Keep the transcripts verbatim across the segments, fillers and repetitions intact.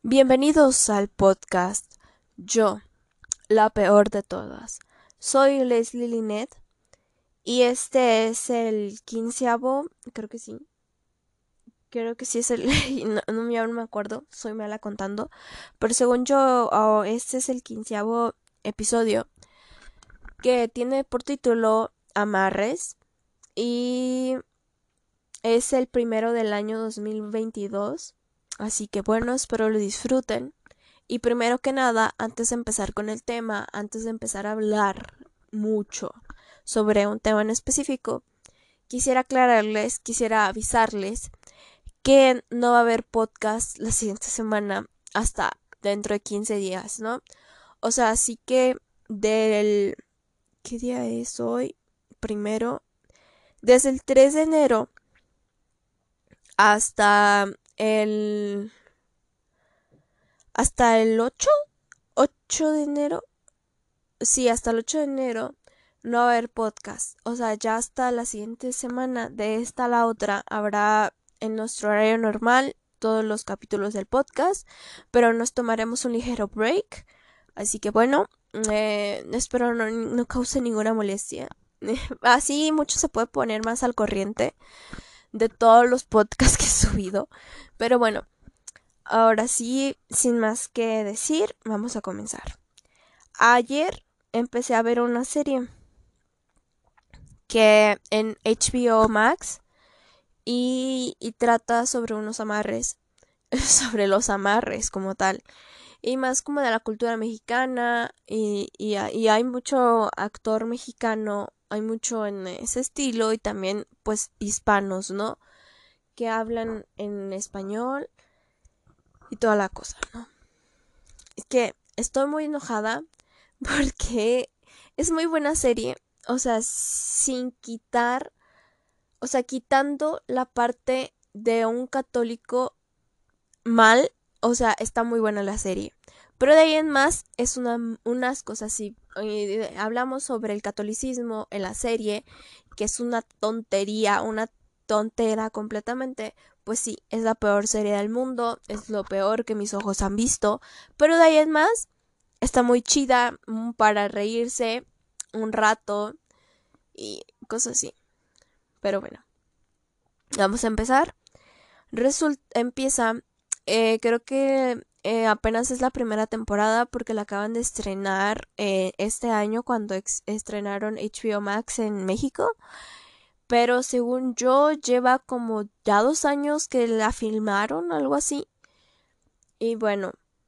Bienvenidos al podcast Yo, la peor de todas. Soy Leslie Linet y este es el quinceavo, creo que sí, creo que sí es el, no, no me, aún me acuerdo, soy mala contando, pero según yo, oh, este es el quinceavo episodio que tiene por título Amarres y es el primero del año dos mil veintidós, así que bueno, espero lo disfruten. Y primero que nada, antes de empezar con el tema, antes de empezar a hablar mucho sobre un tema en específico, quisiera aclararles, quisiera avisarles que no va a haber podcast la siguiente semana hasta dentro de quince días, ¿no? O sea, así que del... ¿Qué día es hoy? Primero. Desde el tres de enero hasta el... hasta el ocho, ocho de enero. Sí, hasta el ocho de enero no va a haber podcast. O sea, ya hasta la siguiente semana, de esta a la otra, habrá en nuestro horario normal todos los capítulos del podcast, pero nos tomaremos un ligero break. Así que bueno, eh, espero no, no cause ninguna molestia. Así mucho se puede poner más al corriente de todos los podcasts que he subido. Pero bueno, ahora sí, sin más que decir, vamos a comenzar. Ayer empecé a ver una serie que en H B O Max y, y trata sobre unos amarres, sobre los amarres como tal, y más como de la cultura mexicana y, y, y hay mucho actor mexicano, hay mucho en ese estilo y también pues hispanos, ¿no? Que hablan en español y toda la cosa, ¿no? Es que estoy muy enojada porque es muy buena serie, o sea, sin quitar, o sea, quitando la parte de un católico mal, o sea, está muy buena la serie. Pero de ahí en más es una, unas cosas así. Eh, hablamos sobre el catolicismo en la serie, que es una tontería, una tontera completamente. Pues sí, es la peor serie del mundo, es lo peor que mis ojos han visto. Pero de ahí en más está muy chida para reírse un rato y cosas así. Pero bueno, vamos a empezar. Resulta, empieza, eh, creo que eh, apenas es la primera temporada porque la acaban de estrenar eh, este año cuando ex- estrenaron H B O Max en México. Pero según yo lleva como ya dos años que la filmaron, algo así. Y bueno,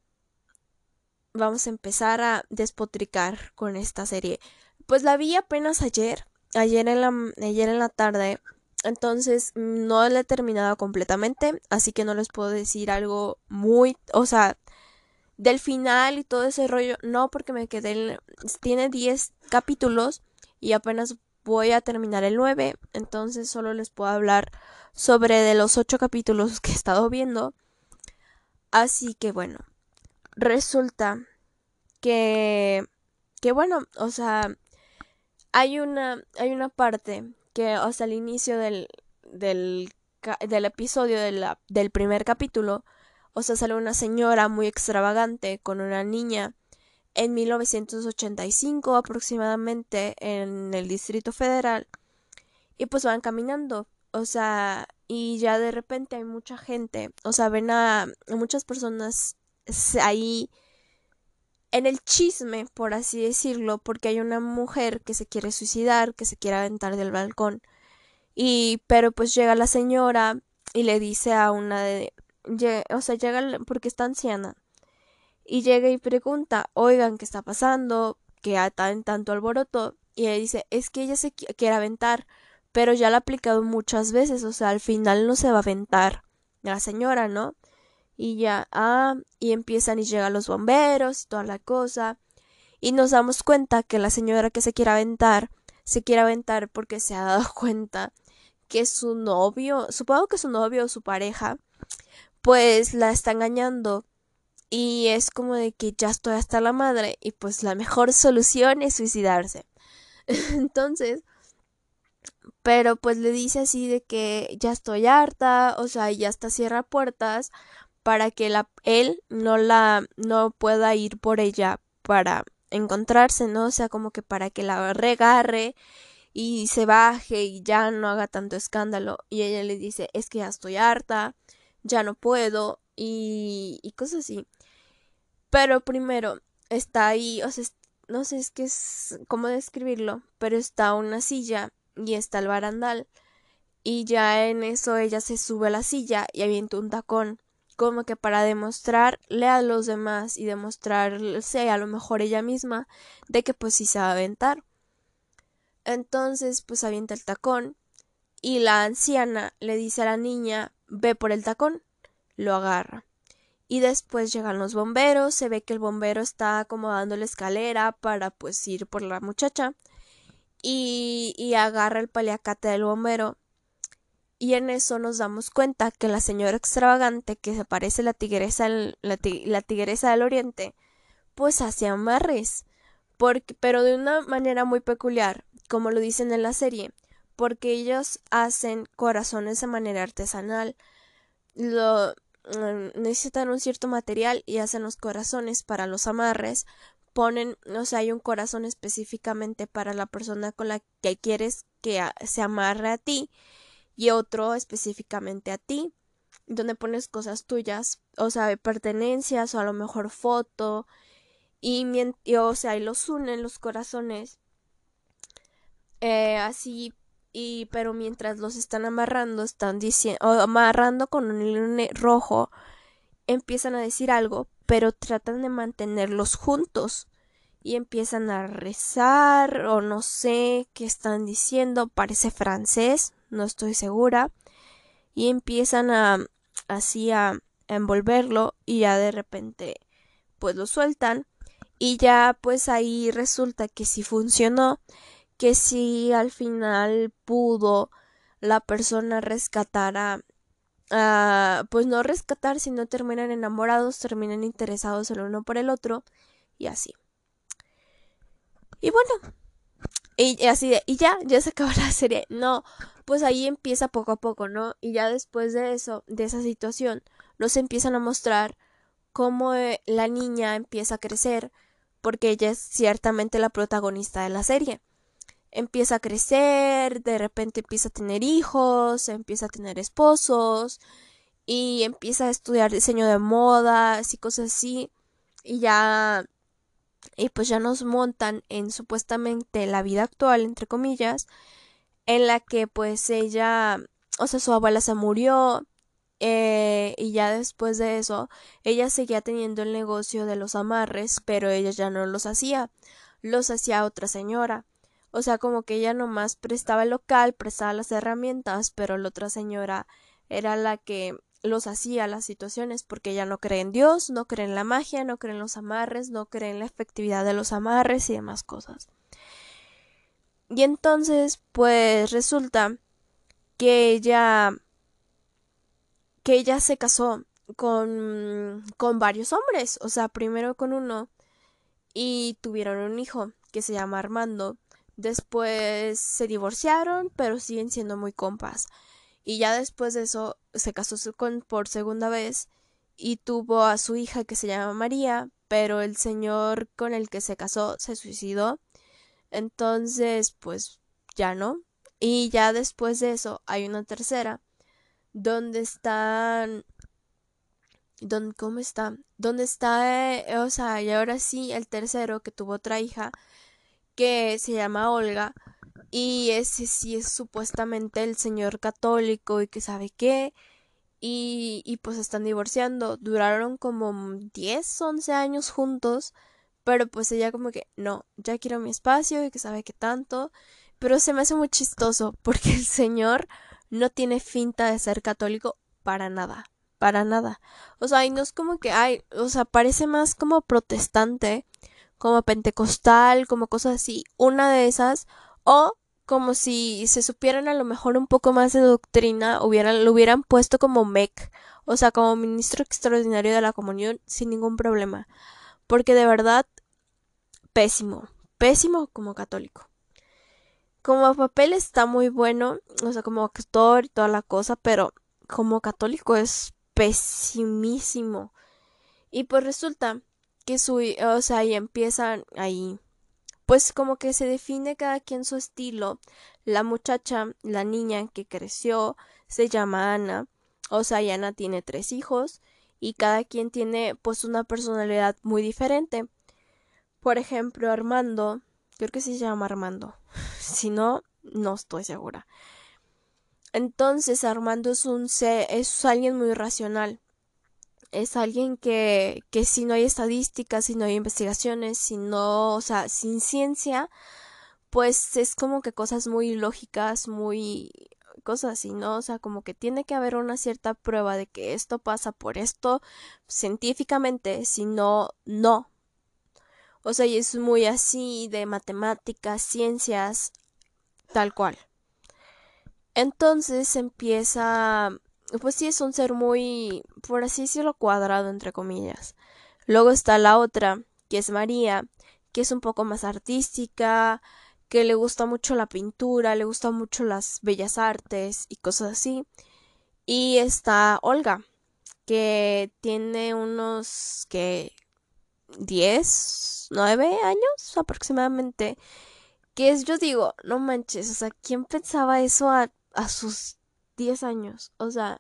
vamos a empezar a despotricar con esta serie. Pues la vi apenas ayer, ayer en la, ayer en la tarde, entonces no la he terminado completamente, así que no les puedo decir algo muy, o sea, del final y todo ese rollo, no, porque me quedé, en, tiene diez capítulos y apenas voy a terminar el nueve, entonces solo les puedo hablar sobre de los ocho capítulos que he estado viendo, así que bueno, resulta que que bueno, o sea, hay una hay una parte que hasta el inicio del del del episodio de la, del primer capítulo, o sea, sale una señora muy extravagante con una niña en mil novecientos ochenta y cinco aproximadamente en el Distrito Federal y pues van caminando, o sea, y ya de repente hay mucha gente, o sea, ven a, a muchas personas ahí en el chisme, por así decirlo, porque hay una mujer que se quiere suicidar, que se quiere aventar del balcón. Y, pero pues llega la señora y le dice a una de, o sea, llega porque está anciana. Y llega y pregunta, oigan, ¿qué está pasando? Que está en tanto alboroto. Y le dice, es que ella se quiere aventar, pero ya la ha aplicado muchas veces, o sea, al final no se va a aventar la señora, ¿no? Y ya, ah, y empiezan y llegan los bomberos y toda la cosa. Y nos damos cuenta que la señora que se quiere aventar, se quiere aventar porque se ha dado cuenta que su novio, supongo que su novio o su pareja, pues la está engañando. Y es como de que ya estoy hasta la madre y pues la mejor solución es suicidarse. Entonces, pero pues le dice así de que ya estoy harta, o sea, ya hasta cierra puertas para que la, él no la no pueda ir por ella para encontrarse, ¿no? O sea, como que para que la regarre y se baje y ya no haga tanto escándalo. Y ella le dice, es que ya estoy harta, ya no puedo y, y cosas así. Pero primero está ahí, o sea, no sé es que es cómo describirlo, pero está una silla y está el barandal. Y ya en eso ella se sube a la silla y avienta un tacón, como que para demostrarle a los demás y demostrarse a lo mejor ella misma de que pues sí se va a aventar. Entonces pues avienta el tacón y la anciana le dice a la niña, ve por el tacón, lo agarra. Y después llegan los bomberos, se ve que el bombero está acomodando la escalera para pues ir por la muchacha y, y agarra el paliacate del bombero. Y en eso nos damos cuenta que la señora extravagante, que se parece a la tigresa, la, la tigresa del oriente, pues hace amarres, porque, pero de una manera muy peculiar, como lo dicen en la serie, porque ellos hacen corazones de manera artesanal, lo, necesitan un cierto material y hacen los corazones para los amarres, ponen, o sea, hay un corazón específicamente para la persona con la que quieres que se amarre a ti, y otro específicamente a ti, donde pones cosas tuyas, o sea, de pertenencias o a lo mejor foto, y, y o sea, y los unen los corazones, eh, así, y pero mientras los están amarrando, están diciendo, o amarrando con un hilo rojo, empiezan a decir algo, pero tratan de mantenerlos juntos. Y empiezan a rezar o no sé qué están diciendo, parece francés, no estoy segura. Y empiezan a así a, a envolverlo y ya de repente pues lo sueltan y ya pues ahí resulta que sí funcionó, que sí al final pudo la persona rescatar a, a pues no rescatar, sino terminan enamorados, terminan interesados el uno por el otro y así. Y bueno, y así de, y ya, ya se acabó la serie. No, pues ahí empieza poco a poco, ¿no? Y ya después de eso, de esa situación, nos empiezan a mostrar cómo eh, la niña empieza a crecer, porque ella es ciertamente la protagonista de la serie. Empieza a crecer, de repente empieza a tener hijos, empieza a tener esposos, y empieza a estudiar diseño de modas y cosas así. Y ya y pues ya nos montan en supuestamente la vida actual, entre comillas, en la que pues ella, o sea, su abuela se murió, eh, y ya después de eso, ella seguía teniendo el negocio de los amarres, pero ella ya no los hacía, los hacía otra señora. O sea, como que ella nomás prestaba el local, prestaba las herramientas, pero la otra señora era la que los hacía las situaciones, porque ella no cree en Dios, no cree en la magia, no cree en los amarres, no cree en la efectividad de los amarres y demás cosas. Y entonces, pues resulta que ella que ella se casó con con varios hombres, o sea, primero con uno y tuvieron un hijo que se llama Armando. Después se divorciaron, pero siguen siendo muy compas. Y ya después de eso se casó con, por segunda vez y tuvo a su hija que se llama María, pero el señor con el que se casó se suicidó. Entonces, pues ya no. Y ya después de eso hay una tercera donde están don, ¿cómo está? Donde está, eh, o sea, y ahora sí el tercero que tuvo otra hija que se llama Olga y ese sí es supuestamente el señor católico y que sabe qué y, y pues están divorciando, duraron como diez, once años juntos, pero pues ella como que no, ya quiero mi espacio y que sabe qué tanto, pero se me hace muy chistoso porque el señor no tiene finta de ser católico para nada, para nada. O sea, y no es como que, ay, o sea, parece más como protestante, como pentecostal, como cosas así, una de esas, o como si se supieran a lo mejor un poco más de doctrina, hubieran, lo hubieran puesto como M E C, o sea, como ministro extraordinario de la comunión, sin ningún problema, porque de verdad, pésimo, pésimo como católico. Como papel está muy bueno, o sea, como actor y toda la cosa, pero como católico es pesimísimo. Y pues resulta que su, o sea, y empiezan ahí, pues como que se define cada quien su estilo. La muchacha, la niña que creció, se llama Ana. O sea, y Ana tiene tres hijos y cada quien tiene pues una personalidad muy diferente. Por ejemplo, Armando, creo que sí se llama Armando. Si no, no estoy segura. Entonces, Armando es un ser, es alguien muy racional. Es alguien que, que si no hay estadísticas, si no hay investigaciones, si no, o sea, sin ciencia, pues es como que cosas muy lógicas, muy cosas así, ¿no? O sea, como que tiene que haber una cierta prueba de que esto pasa por esto científicamente, si no, no. O sea, y es muy así de matemáticas, ciencias, tal cual. Entonces empieza, pues sí es un ser muy, por así decirlo, cuadrado, entre comillas. Luego está la otra, que es María, que es un poco más artística, que le gusta mucho la pintura, le gustan mucho las bellas artes y cosas así. Y está Olga, que tiene unos, que diez, nueve años aproximadamente. Que es, yo digo, no manches, o sea, ¿quién pensaba eso a, a sus diez años? O sea,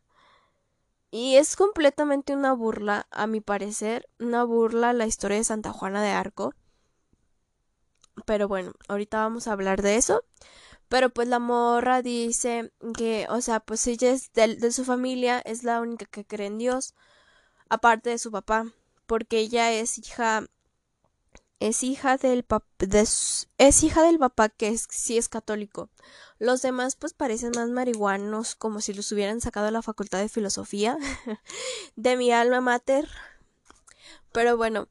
y es completamente una burla, a mi parecer, una burla a la historia de Santa Juana de Arco. Pero bueno, ahorita vamos a hablar de eso. Pero pues la morra dice que, o sea, pues ella es de, de su familia, es la única que cree en Dios, aparte de su papá, porque ella es hija es hija del papá, es hija del papá que es, sí es católico. Los demás pues parecen más marihuanos, como si los hubieran sacado de la facultad de filosofía de mi alma mater. Pero bueno,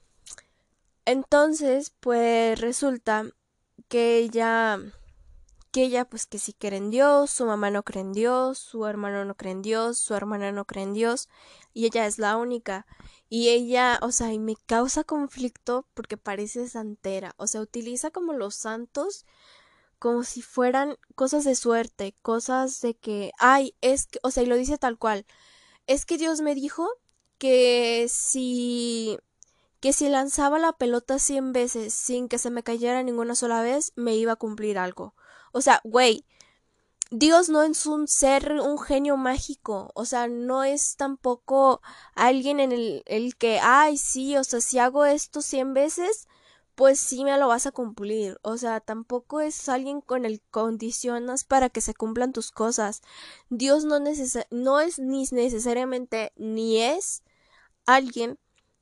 entonces pues resulta que ella que ella pues que sí cree en Dios, su mamá no cree en Dios, su hermano no cree en Dios, su hermana no cree en Dios y ella es la única. Y ella, o sea, y me causa conflicto porque parece santera, o sea, utiliza como los santos como si fueran cosas de suerte, cosas de que, ay, es que, o sea, y lo dice tal cual, es que Dios me dijo que si que si lanzaba la pelota cien veces sin que se me cayera ninguna sola vez, me iba a cumplir algo. O sea, güey, Dios no es un ser, un genio mágico, o sea, no es tampoco alguien en el, el que, ay, sí, o sea, si hago esto cien veces, pues sí me lo vas a cumplir, o sea, tampoco es alguien con el que condicionas para que se cumplan tus cosas. Dios no, neces no es ni necesariamente, ni es alguien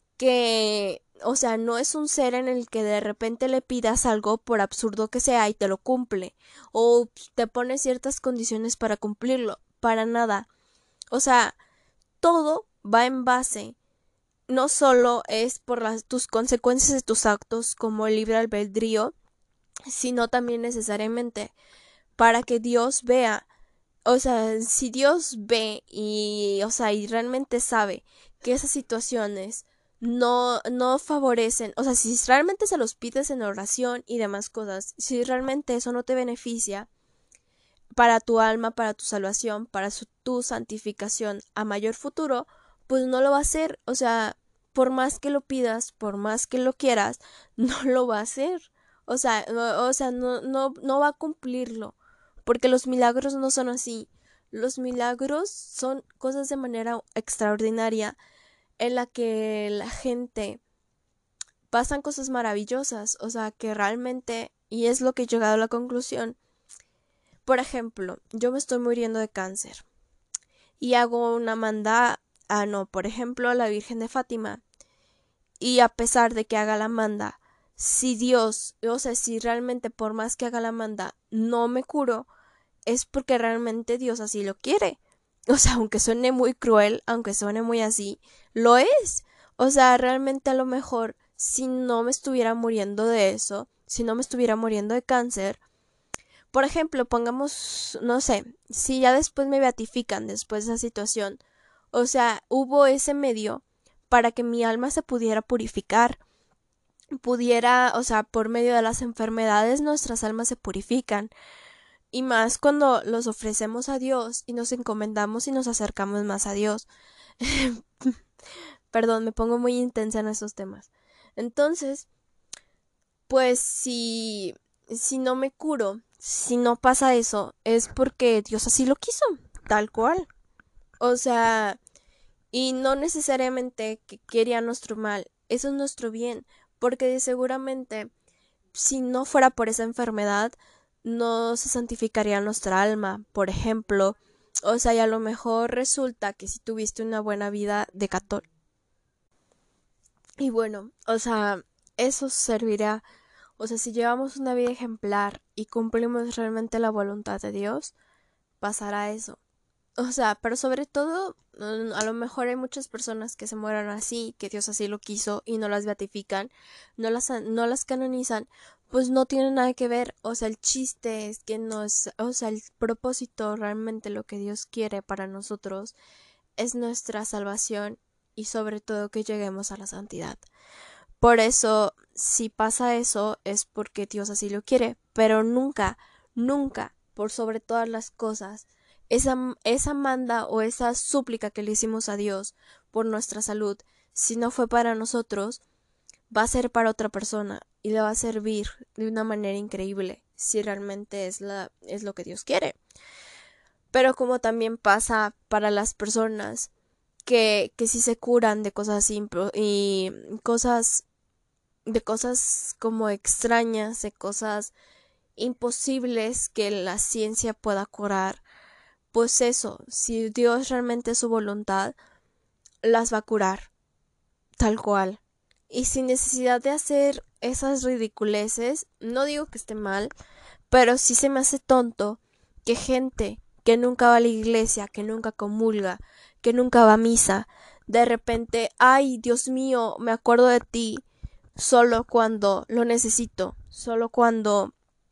que, o sea, no es un ser en el que de repente le pidas algo por absurdo que sea y te lo cumple, o te pone ciertas condiciones para cumplirlo, para nada. O sea, todo va en base, no solo es por las, tus consecuencias de tus actos como el libre albedrío, sino también necesariamente para que Dios vea, o sea, si Dios ve y, o sea, y realmente sabe que esas situaciones no, no favorecen, o sea, si realmente se los pides en oración y demás cosas, si realmente eso no te beneficia para tu alma, para tu salvación, para su, tu santificación a mayor futuro, pues no lo va a hacer, o sea, por más que lo pidas, por más que lo quieras, no lo va a hacer, o sea, no, o sea, no, no, no va a cumplirlo, porque los milagros no son así, los milagros son cosas de manera extraordinaria en la que la gente pasan cosas maravillosas, o sea, que realmente, y es lo que he llegado a la conclusión, por ejemplo, yo me estoy muriendo de cáncer y hago una manda, ah no, por ejemplo, a la Virgen de Fátima, y a pesar de que haga la manda, si Dios, o sea, si realmente por más que haga la manda no me curo, es porque realmente Dios así lo quiere. O sea, aunque suene muy cruel, aunque suene muy así, lo es. O sea, realmente a lo mejor si no me estuviera muriendo de eso, si no me estuviera muriendo de cáncer, por ejemplo, pongamos, no sé, si ya después me beatifican después de esa situación, o sea, hubo ese medio para que mi alma se pudiera purificar, pudiera, o sea, por medio de las enfermedades nuestras almas se purifican. Y más cuando los ofrecemos a Dios y nos encomendamos y nos acercamos más a Dios. Perdón, me pongo muy intensa en esos temas. Entonces, pues si, si no me curo, si no pasa eso, es porque Dios así lo quiso, tal cual. O sea, y no necesariamente que quería nuestro mal, eso es nuestro bien, porque seguramente si no fuera por esa enfermedad, no se santificaría nuestra alma, por ejemplo. O sea, y a lo mejor resulta que si tuviste una buena vida de católico. Y bueno, o sea, eso servirá. O sea, si llevamos una vida ejemplar y cumplimos realmente la voluntad de Dios, pasará eso. O sea, pero sobre todo, mm, a lo mejor hay muchas personas que se mueran así, que Dios así lo quiso y no las beatifican, no las, no las canonizan, pues no tiene nada que ver. O sea, el chiste es que no es, o sea, el propósito, realmente lo que Dios quiere para nosotros es nuestra salvación y sobre todo que lleguemos a la santidad. Por eso, si pasa eso, es porque Dios así lo quiere, pero nunca, nunca, por sobre todas las cosas, esa, esa manda o esa súplica que le hicimos a Dios por nuestra salud, si no fue para nosotros, va a ser para otra persona y le va a servir de una manera increíble, si realmente es, la, es lo que Dios quiere. Pero como también pasa para las personas que, que si se curan de cosas impro y cosas de cosas como extrañas, de cosas imposibles que la ciencia pueda curar, pues eso, si Dios realmente es su voluntad, las va a curar, tal cual. Y sin necesidad de hacer esas ridiculeces, no digo que esté mal, pero sí se me hace tonto que gente que nunca va a la iglesia, que nunca comulga, que nunca va a misa, de repente, ay, Dios mío, me acuerdo de ti, solo cuando lo necesito, solo cuando,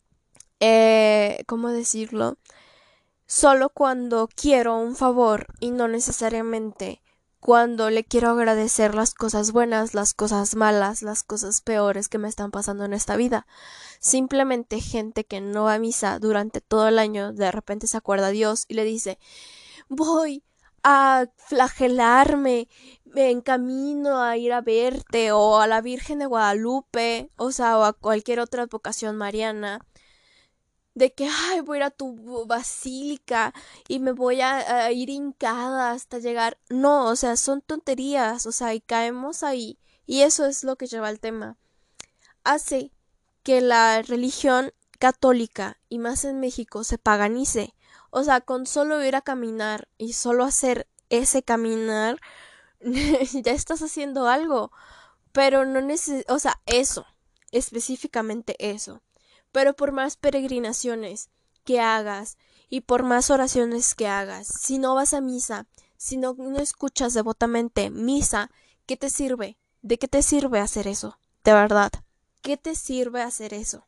eh, ¿cómo decirlo? Solo cuando quiero un favor y no necesariamente cuando le quiero agradecer las cosas buenas, las cosas malas, las cosas peores que me están pasando en esta vida. Simplemente gente que no va a misa durante todo el año, de repente se acuerda a Dios y le dice, voy a flagelarme, me encamino a ir a verte, o a la Virgen de Guadalupe, o sea, o a cualquier otra vocación mariana, de que, ay, voy a ir a tu basílica y me voy a, a ir hincada hasta llegar. No, o sea, son tonterías, o sea, y caemos ahí. Y eso es lo que lleva al tema. Hace que la religión católica, y más en México, se paganice. O sea, con solo ir a caminar y solo hacer ese caminar, ya estás haciendo algo. Pero no neces... o sea, eso, específicamente eso. Pero por más peregrinaciones que hagas y por más oraciones que hagas, si no vas a misa, si no, no escuchas devotamente misa, ¿qué te sirve? ¿De qué te sirve hacer eso? De verdad, ¿qué te sirve hacer eso?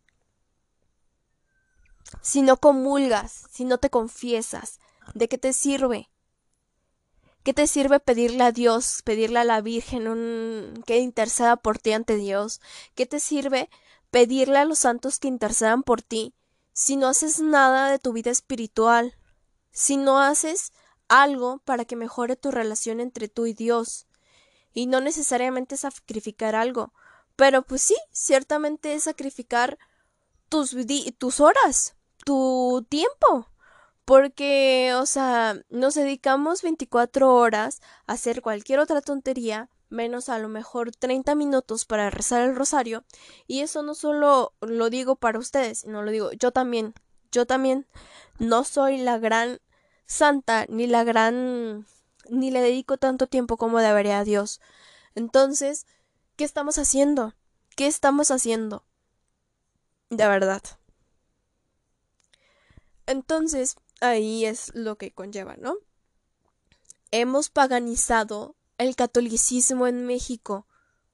Si no comulgas, si no te confiesas, ¿de qué te sirve? ¿Qué te sirve pedirle a Dios, pedirle a la Virgen un... que interceda por ti ante Dios? ¿Qué te sirve pedirle a los santos que intercedan por ti si no haces nada de tu vida espiritual? Si no haces algo para que mejore tu relación entre tú y Dios. Y no necesariamente sacrificar algo. Pero pues sí, ciertamente es sacrificar tus, tus horas, tu tiempo. Porque, o sea, nos dedicamos veinticuatro horas a hacer cualquier otra tontería, menos a lo mejor treinta minutos para rezar el rosario. Y eso no solo lo digo para ustedes, sino lo digo yo también. Yo también no soy la gran santa, ni la gran... ni le dedico tanto tiempo como debería a Dios. Entonces, ¿qué estamos haciendo? ¿Qué estamos haciendo? De verdad. Entonces, ahí es lo que conlleva, ¿no? Hemos paganizado el catolicismo en México.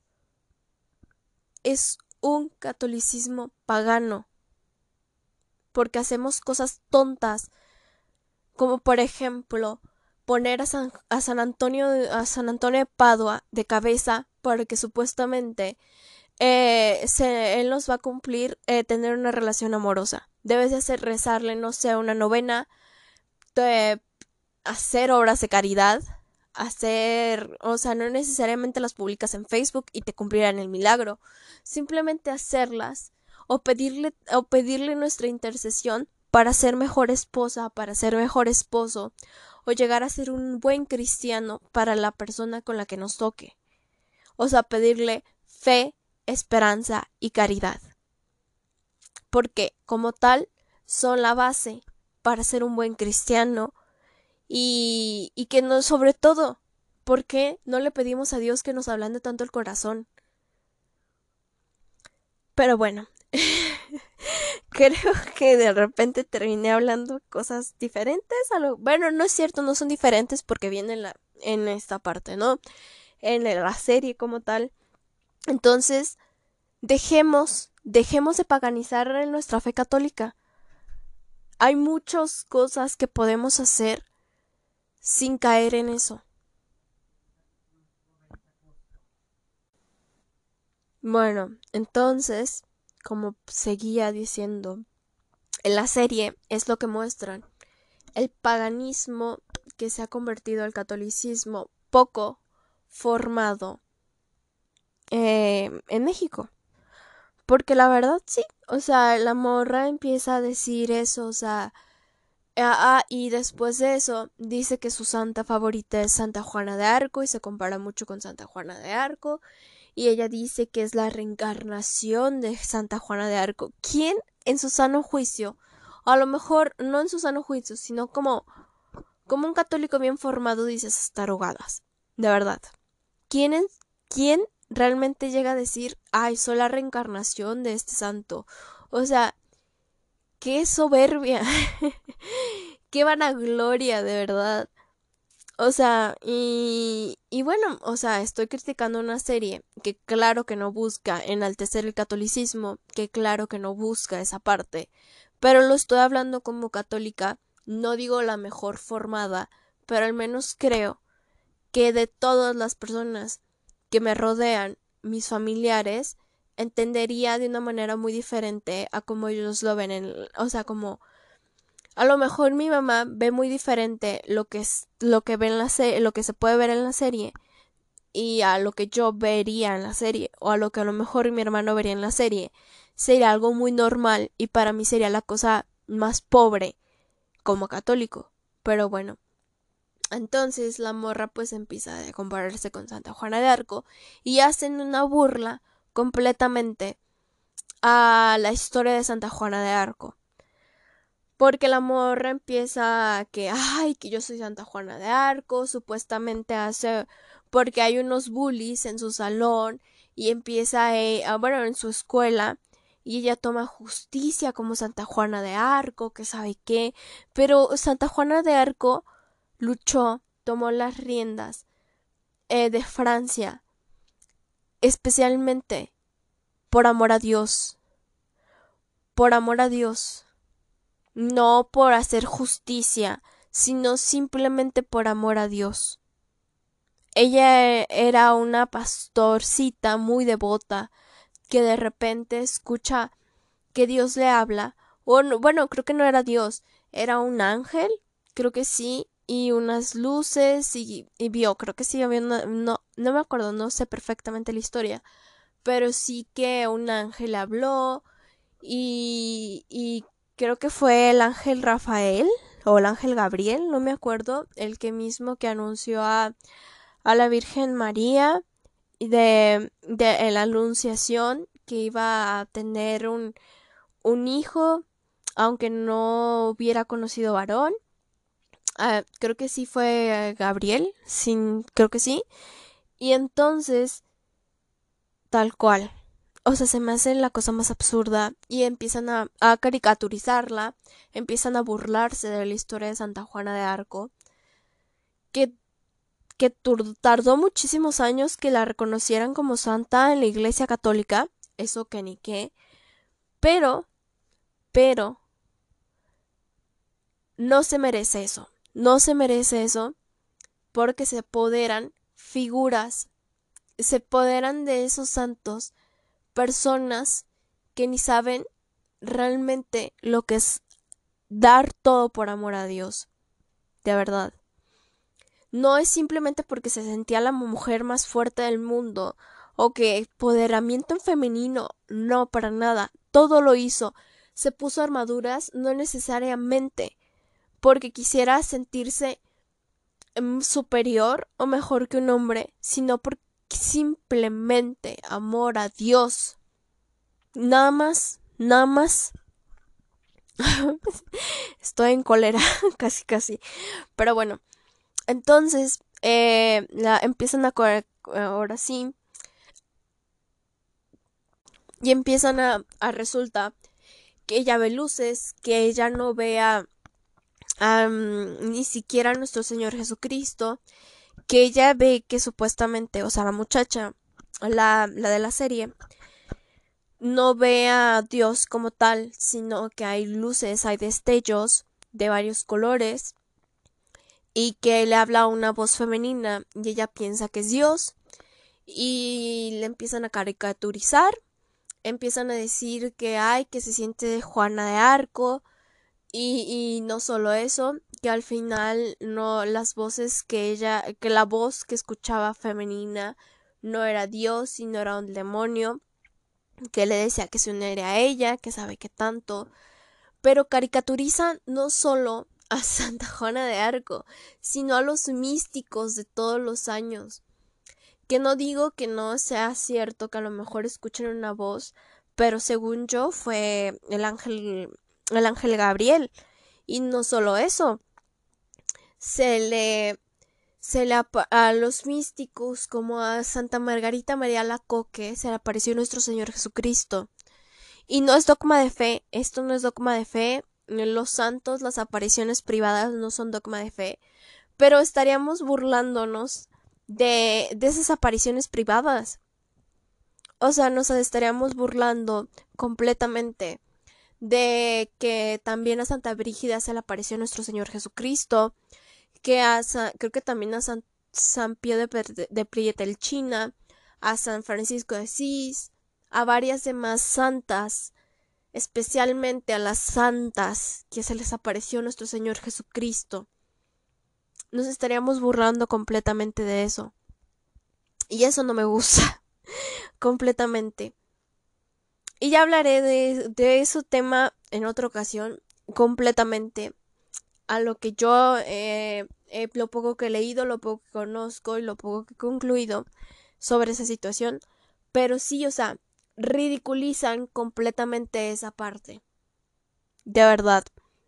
Es un catolicismo pagano. Porque hacemos cosas tontas. Como por ejemplo, poner a San, a San Antonio, a San Antonio de Padua de cabeza. Porque supuestamente eh, se, él nos va a cumplir eh, tener una relación amorosa. Debes de hacer rezarle, no sé, una novena. De hacer obras de caridad hacer, o sea, no necesariamente las publicas en Facebook y te cumplirán el milagro, simplemente hacerlas o pedirle o pedirle nuestra intercesión para ser mejor esposa, para ser mejor esposo o llegar a ser un buen cristiano para la persona con la que nos toque. O sea, pedirle fe, esperanza y caridad. Porque como tal son la base para ser un buen cristiano y, y que no, sobre todo, ¿por qué no le pedimos a Dios que nos ablande tanto el corazón? Pero bueno, creo que de repente terminé hablando cosas diferentes a lo... Bueno, no es cierto, no son diferentes porque viene en, la, en esta parte, ¿no? En la serie como tal. Entonces, dejemos, dejemos de paganizar en nuestra fe católica. Hay muchas cosas que podemos hacer sin caer en eso. Bueno, entonces, como seguía diciendo, en la serie es lo que muestran. El paganismo que se ha convertido al catolicismo poco formado eh, en México. Porque la verdad sí, o sea, la morra empieza a decir eso, o sea, ah, ah, y después de eso dice que su santa favorita es Santa Juana de Arco y se compara mucho con Santa Juana de Arco y ella dice que es la reencarnación de Santa Juana de Arco. ¿Quién en su sano juicio? O a lo mejor no en su sano juicio, sino como, como un católico bien formado dice esas tarugadas. De verdad. ¿Quién, es, ¿Quién realmente llega a decir, ay, soy la reencarnación de este santo? O sea, qué soberbia. Qué vanagloria, de verdad. O sea, y, y bueno, o sea, estoy criticando una serie que claro que no busca enaltecer el catolicismo, que claro que no busca esa parte, pero lo estoy hablando como católica, no digo la mejor formada, pero al menos creo que de todas las personas que me rodean, mis familiares, entendería de una manera muy diferente a como ellos lo ven en, o sea, como a lo mejor mi mamá ve muy diferente lo que es lo que ve en la serie, lo que se puede ver en la serie y a lo que yo vería en la serie o a lo que a lo mejor mi hermano vería en la serie. Sería algo muy normal y para mí sería la cosa más pobre como católico. Pero bueno, entonces la morra pues empieza a compararse con Santa Juana de Arco y hacen una burla completamente a la historia de Santa Juana de Arco. Porque la morra empieza a que, ay, que yo soy Santa Juana de Arco, supuestamente hace, porque hay unos bullies en su salón y empieza a, bueno, en su escuela, y ella toma justicia como Santa Juana de Arco, que sabe qué, pero Santa Juana de Arco luchó, tomó las riendas eh, de Francia, especialmente por amor a Dios, por amor a Dios. No por hacer justicia, sino simplemente por amor a Dios. Ella era una pastorcita muy devota que de repente escucha que Dios le habla. O no, bueno, creo que no era Dios, era un ángel, creo que sí, y unas luces y, y vio, creo que sí había una, no, no me acuerdo, no sé perfectamente la historia, pero sí que un ángel habló y, y creo que fue el ángel Rafael o el ángel Gabriel, no me acuerdo, el que mismo que anunció a, a la Virgen María de, de la anunciación que iba a tener un, un hijo, aunque no hubiera conocido varón. Uh, creo que sí fue Gabriel, sin, creo que sí. Y entonces, tal cual. O sea, se me hace la cosa más absurda y empiezan a, a caricaturizarla, empiezan a burlarse de la historia de Santa Juana de Arco, que, que tardó muchísimos años que la reconocieran como santa en la Iglesia Católica, eso que ni qué, pero, pero, no se merece eso, no se merece eso porque se apoderan figuras, se apoderan de esos santos personas que ni saben realmente lo que es dar todo por amor a Dios. De verdad. no es simplemente porque se sentía la mujer más fuerte del mundo o que empoderamiento en femenino, no, para nada, todo lo hizo. Se puso armaduras no necesariamente porque quisiera sentirse um, superior o mejor que un hombre, sino porque simplemente amor a Dios. Nada más, nada más. Estoy en cólera, casi, casi. Pero bueno, entonces eh, la empiezan a correr, ahora sí, y empiezan a, a resulta que ella ve luces, que ella no vea um, ni siquiera a nuestro Señor Jesucristo, que ella ve que supuestamente, o sea, la muchacha, la, la de la serie, no ve a Dios como tal, sino que hay luces, hay destellos de varios colores y que le habla una voz femenina y ella piensa que es Dios y le empiezan a caricaturizar, empiezan a decir que hay, que se siente Juana de Arco y, y no solo eso, que al final no las voces que ella, que la voz que escuchaba femenina no era Dios, sino era un demonio que le decía que se uniera a ella, que sabe que tanto, pero caricaturizan no solo a Santa Juana de Arco, sino a los místicos de todos los años. Que no digo que no sea cierto que a lo mejor escuchen una voz, pero según yo fue el ángel, el ángel Gabriel. Y no solo eso, se le, se le a los místicos como a Santa Margarita María Lacoque se le apareció nuestro Señor Jesucristo. Y no es dogma de fe, esto no es dogma de fe, los santos, las apariciones privadas no son dogma de fe, pero estaríamos burlándonos de, de esas apariciones privadas. O sea, nos estaríamos burlando completamente de que también a Santa Brígida se le apareció nuestro Señor Jesucristo, que a San, creo que también a San, San Pío de, de Prietelchina, a San Francisco de Asís, a varias demás santas, especialmente a las santas que se les apareció nuestro Señor Jesucristo. Nos estaríamos burlando completamente de eso. Y eso no me gusta. Completamente. Y ya hablaré de, de ese tema en otra ocasión. Completamente. A lo que yo, eh, eh, lo poco que he leído, lo poco que conozco y lo poco que he concluido sobre esa situación. Pero sí, o sea, ridiculizan completamente esa parte. De verdad.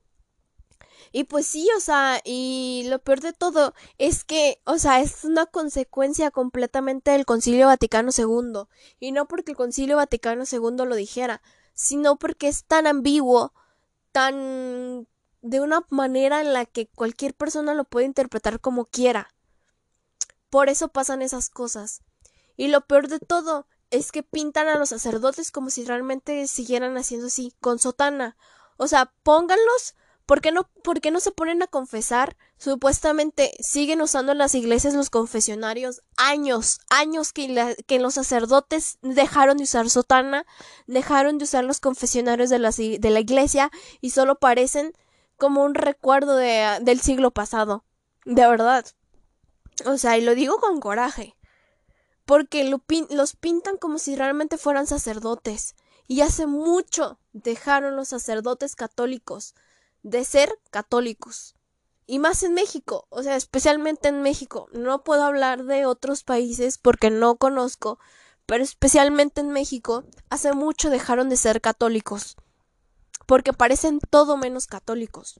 Y pues sí, o sea, y lo peor de todo es que, o sea, es una consecuencia completamente del Concilio Vaticano segundo. Y no porque el Concilio Vaticano segundo lo dijera, sino porque es tan ambiguo, tan de una manera en la que cualquier persona lo puede interpretar como quiera. Por eso pasan esas cosas. Y lo peor de todo es que pintan a los sacerdotes como si realmente siguieran haciendo así, con sotana. O sea, pónganlos. ¿Por qué no, por qué no se ponen a confesar? Supuestamente siguen usando en las iglesias los confesionarios años, años que, la, que los sacerdotes dejaron de usar sotana, dejaron de usar los confesionarios de la, de la iglesia y solo parecen como un recuerdo de, del siglo pasado. De verdad. O sea, y lo digo con coraje. Porque lo pin los pintan como si realmente fueran sacerdotes. Y hace mucho dejaron los sacerdotes católicos de ser católicos. Y más en México, o sea, especialmente en México. No puedo hablar de otros países porque no conozco, pero especialmente en México, hace mucho dejaron de ser católicos. Porque parecen todo menos católicos.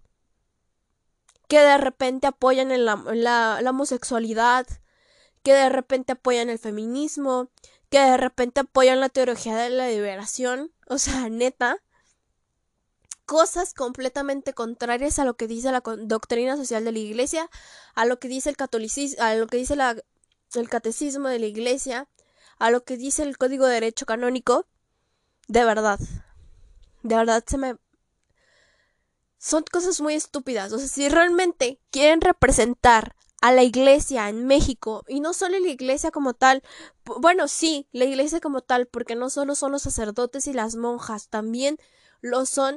Que de repente apoyan en la, la, la homosexualidad, que de repente apoyan el feminismo, que de repente apoyan la teología de la liberación. O sea, neta, cosas completamente contrarias a lo que dice la doctrina social de la iglesia, a lo que dice el catolicismo, a lo que dice la, el catecismo de la iglesia, a lo que dice el código de derecho canónico. De verdad, de verdad se me... Son cosas muy estúpidas. O sea, si realmente quieren representar a la iglesia en México, y no solo la iglesia como tal, bueno, sí, la iglesia como tal, porque no solo son los sacerdotes y las monjas, también lo somos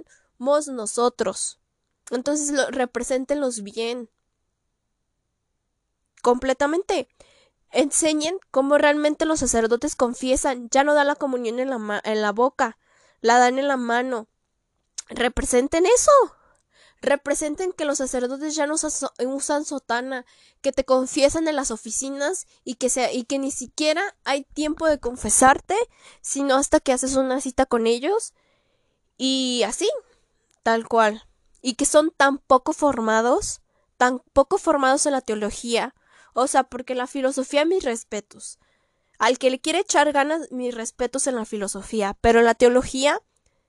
nosotros. Entonces, lo, represéntenlos bien. completamente. Enseñen cómo realmente los sacerdotes confiesan, ya no dan la comunión en la, ma- en la boca, la dan en la mano. Representen eso. Representen que los sacerdotes ya no usa- usan sotana, que te confiesan en las oficinas y que, sea, y que ni siquiera hay tiempo de confesarte, sino hasta que haces una cita con ellos y así, tal cual. Y que son tan poco formados, tan poco formados en la teología. O sea, porque la filosofía, mis respetos. Al que le quiere echar ganas, mis respetos en la filosofía. Pero en la teología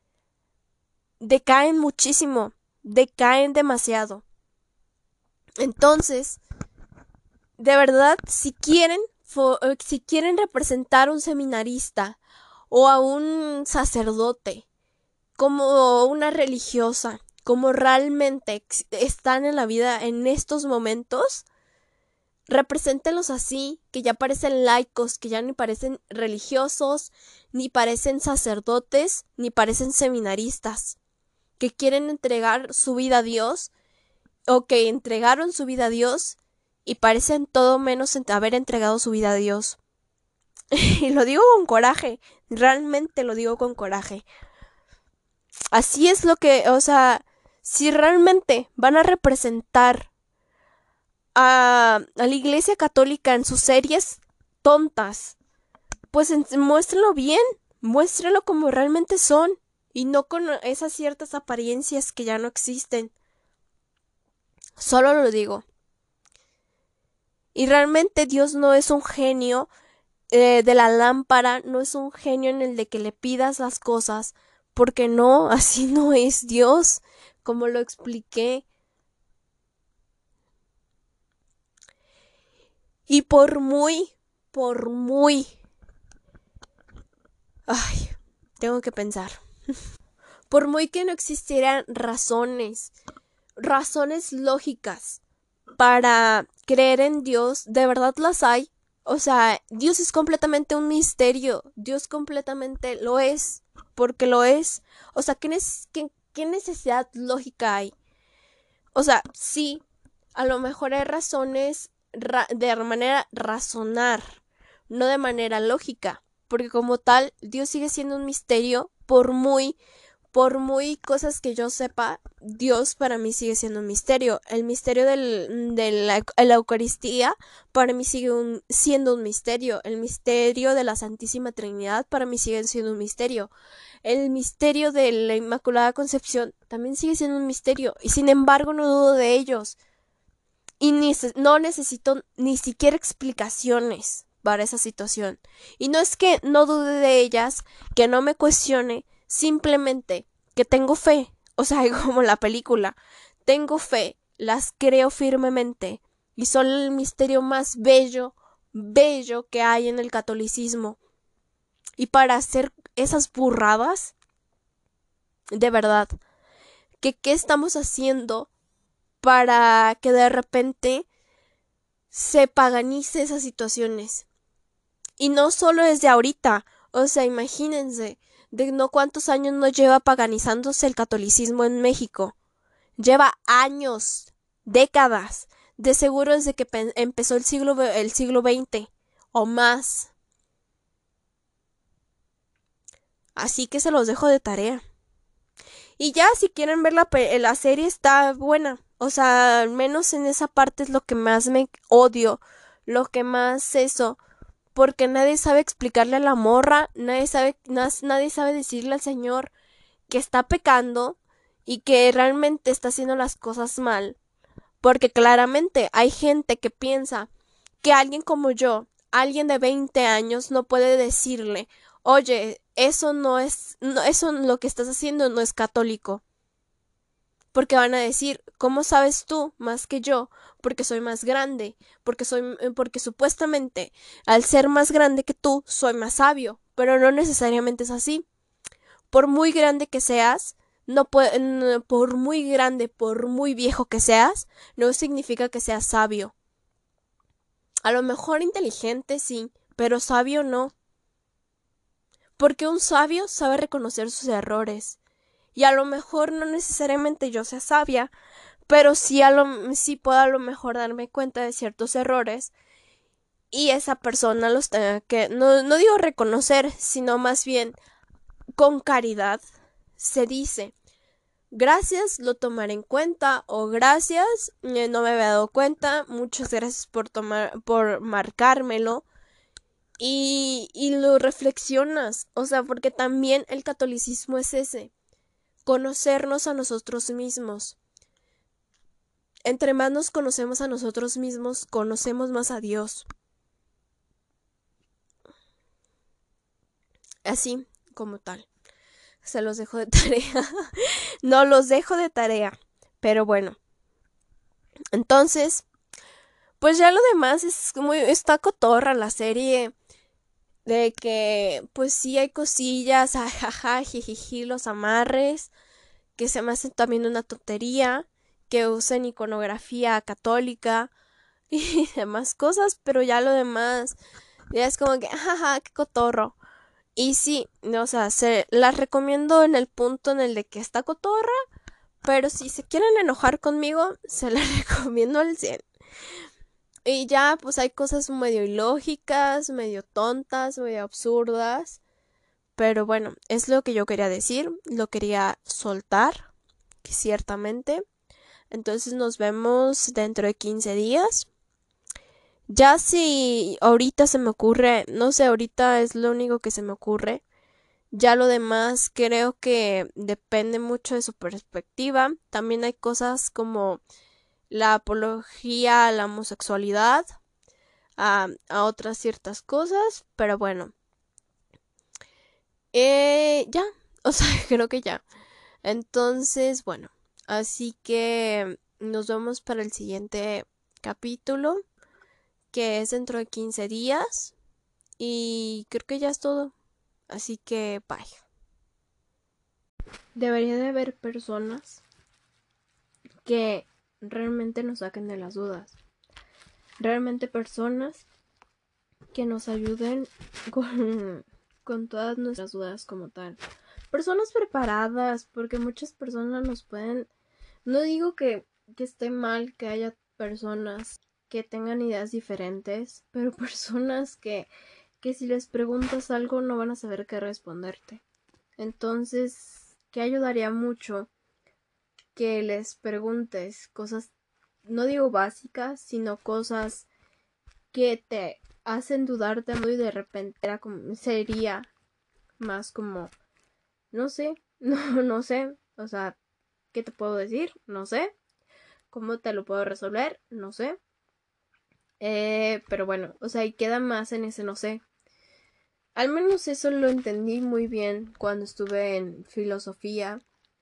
decaen muchísimo. Decaen demasiado. Entonces, de verdad, si quieren, si quieren representar a un seminarista o a un sacerdote como una religiosa, como realmente están en la vida en estos momentos, represéntenlos así, que ya parecen laicos, que ya ni parecen religiosos, ni parecen sacerdotes, ni parecen seminaristas, que quieren entregar su vida a Dios, o que entregaron su vida a Dios, y parecen todo menos haber entregado su vida a Dios. Y lo digo con coraje, realmente lo digo con coraje. Así es lo que, o sea, si realmente van a representar a, a la Iglesia Católica en sus series tontas, pues en, muéstrenlo bien, muéstrenlo como realmente son y no con esas ciertas apariencias que ya no existen. Solo lo digo. Y realmente Dios no es un genio eh, de la lámpara, no es un genio en el de que le pidas las cosas, porque no, así no es Dios, como lo expliqué. Y por muy, por muy... Ay, tengo que pensar. Por muy que no existieran razones, razones lógicas para creer en Dios, de verdad las hay. O sea, Dios es completamente un misterio. Dios completamente lo es, porque lo es. O sea, ¿qué, ne- qué, qué necesidad lógica hay? O sea, sí, a lo mejor hay razones ra de manera razonar, no de manera lógica, porque como tal, Dios sigue siendo un misterio, por muy, por muy cosas que yo sepa, Dios para mí sigue siendo un misterio. El misterio del, de la, la Eucaristía para mí sigue un, siendo un misterio. El misterio de la Santísima Trinidad para mí sigue siendo un misterio. El misterio de la Inmaculada Concepción también sigue siendo un misterio y sin embargo no dudo de ellos y ni no necesito ni siquiera explicaciones para esa situación. Y no es que no dude de ellas, que no me cuestione, simplemente que tengo fe, o sea, como la película, tengo fe, las creo firmemente y son el misterio más bello, bello que hay en el catolicismo. Y para hacer esas burradas, de verdad, que qué estamos haciendo para que de repente se paganice esas situaciones. Y no solo es de ahorita, o sea, imagínense, de no cuántos años nos lleva paganizándose el catolicismo en México. Lleva años, décadas, de seguro desde que empezó el siglo, el siglo veinte o más. Así que se los dejo de tarea. Y ya, si quieren ver la, la serie, está buena. O sea, al menos en esa parte es lo que más me odio. Lo que más eso. Porque nadie sabe explicarle a la morra. Nadie sabe, nadie sabe decirle al señor que está pecando. Y que realmente está haciendo las cosas mal. Porque claramente hay gente que piensa que alguien como yo, alguien de veinte años, no puede decirle, oye, eso no es, no, eso lo que estás haciendo no es católico. Porque van a decir, ¿cómo sabes tú más que yo? Porque soy más grande, porque soy, porque supuestamente al ser más grande que tú, soy más sabio, pero no necesariamente es así. Por muy grande que seas, no puede, no, por muy grande, por muy viejo que seas, no significa que seas sabio. A lo mejor inteligente sí, pero sabio no. Porque un sabio sabe reconocer sus errores. Y a lo mejor no necesariamente yo sea sabia, pero sí, a lo, sí puedo a lo mejor darme cuenta de ciertos errores y esa persona los tenga que, no, no digo reconocer, sino más bien con caridad se dice, gracias, lo tomaré en cuenta, o gracias, eh, no me había dado cuenta, muchas gracias por tomar, por marcármelo. Y, y lo reflexionas, o sea, porque también el catolicismo es ese, conocernos a nosotros mismos. Entre más nos conocemos a nosotros mismos, conocemos más a Dios. Así como tal. Se los dejo de tarea. No los dejo de tarea. Pero bueno. Entonces, pues ya lo demás es muy, está cotorra la serie. De que, pues sí hay cosillas, ajaja, jijiji, los amarres, que se me hacen también una tontería, que usen iconografía católica y demás cosas, pero ya lo demás, ya es como que, jaja, qué cotorro. Y sí, o sea, se las recomiendo en el punto en el de que está cotorra, pero si se quieren enojar conmigo, se las recomiendo al cien. Y ya, pues hay cosas medio ilógicas, medio tontas, medio absurdas. Pero bueno, es lo que yo quería decir, lo quería soltar, ciertamente. Entonces nos vemos dentro de quince días. Ya si ahorita se me ocurre, no sé, ahorita es lo único que se me ocurre. Ya lo demás creo que depende mucho de su perspectiva. También hay cosas como la apología a la homosexualidad, a, a otras ciertas cosas, pero bueno. Eh, ya, o sea, creo que ya. Entonces, bueno, así que nos vemos para el siguiente capítulo, que es dentro de quince días. Y creo que ya es todo. Así que, bye. Debería de haber personas que realmente nos saquen de las dudas. Realmente personas que nos ayuden con, con todas nuestras dudas como tal. Personas preparadas, porque muchas personas nos pueden... No digo que, que esté mal que haya personas que tengan ideas diferentes, pero personas que, que si les preguntas algo no van a saber qué responderte. Entonces, que ayudaría mucho que les preguntes cosas, no digo básicas, sino cosas que te hacen dudarte muy de repente. Era como, sería más como, no sé, no, no sé, o sea, ¿qué te puedo decir? No sé. ¿Cómo te lo puedo resolver? No sé. Eh, pero bueno, o sea, y queda más en ese no sé. Al menos eso lo entendí muy bien cuando estuve en filosofía.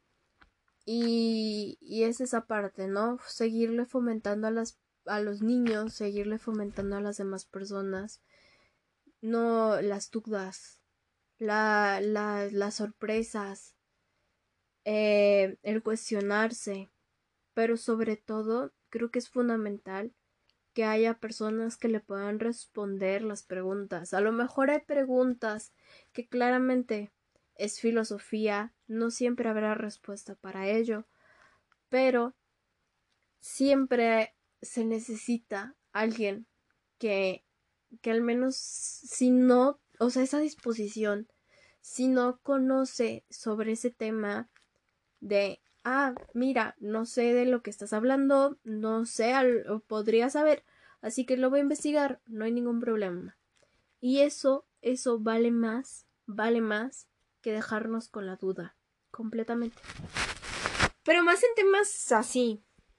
Y, y es esa parte, ¿no? Seguirle fomentando a las a los niños, seguirle fomentando a las demás personas. No las dudas, la, la, las sorpresas, eh, el cuestionarse. Pero sobre todo, creo que es fundamental que haya personas que le puedan responder las preguntas. A lo mejor hay preguntas que claramente es filosofía, no siempre habrá respuesta para ello, pero siempre se necesita alguien que, que al menos si no, o sea, esa disposición, si no conoce sobre ese tema de, ah, mira, no sé de lo que estás hablando, no sé, al, podría saber, así que lo voy a investigar, no hay ningún problema. Y eso, eso vale más, vale más que dejarnos con la duda, completamente. Pero más en temas así,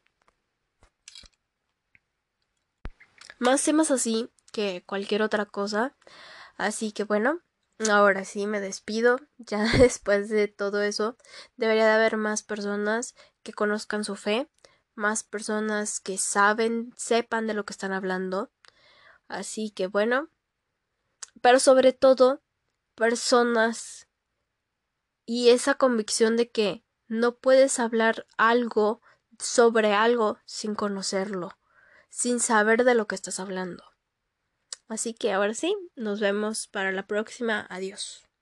más temas así que cualquier otra cosa. Así que bueno, ahora sí me despido. Ya después de todo eso, debería de haber más personas que conozcan su fe, más personas que saben, sepan de lo que están hablando. Así que bueno, pero sobre todo personas y esa convicción de que no puedes hablar algo sobre algo sin conocerlo, sin saber de lo que estás hablando. Así que ahora sí, nos vemos para la próxima. Adiós.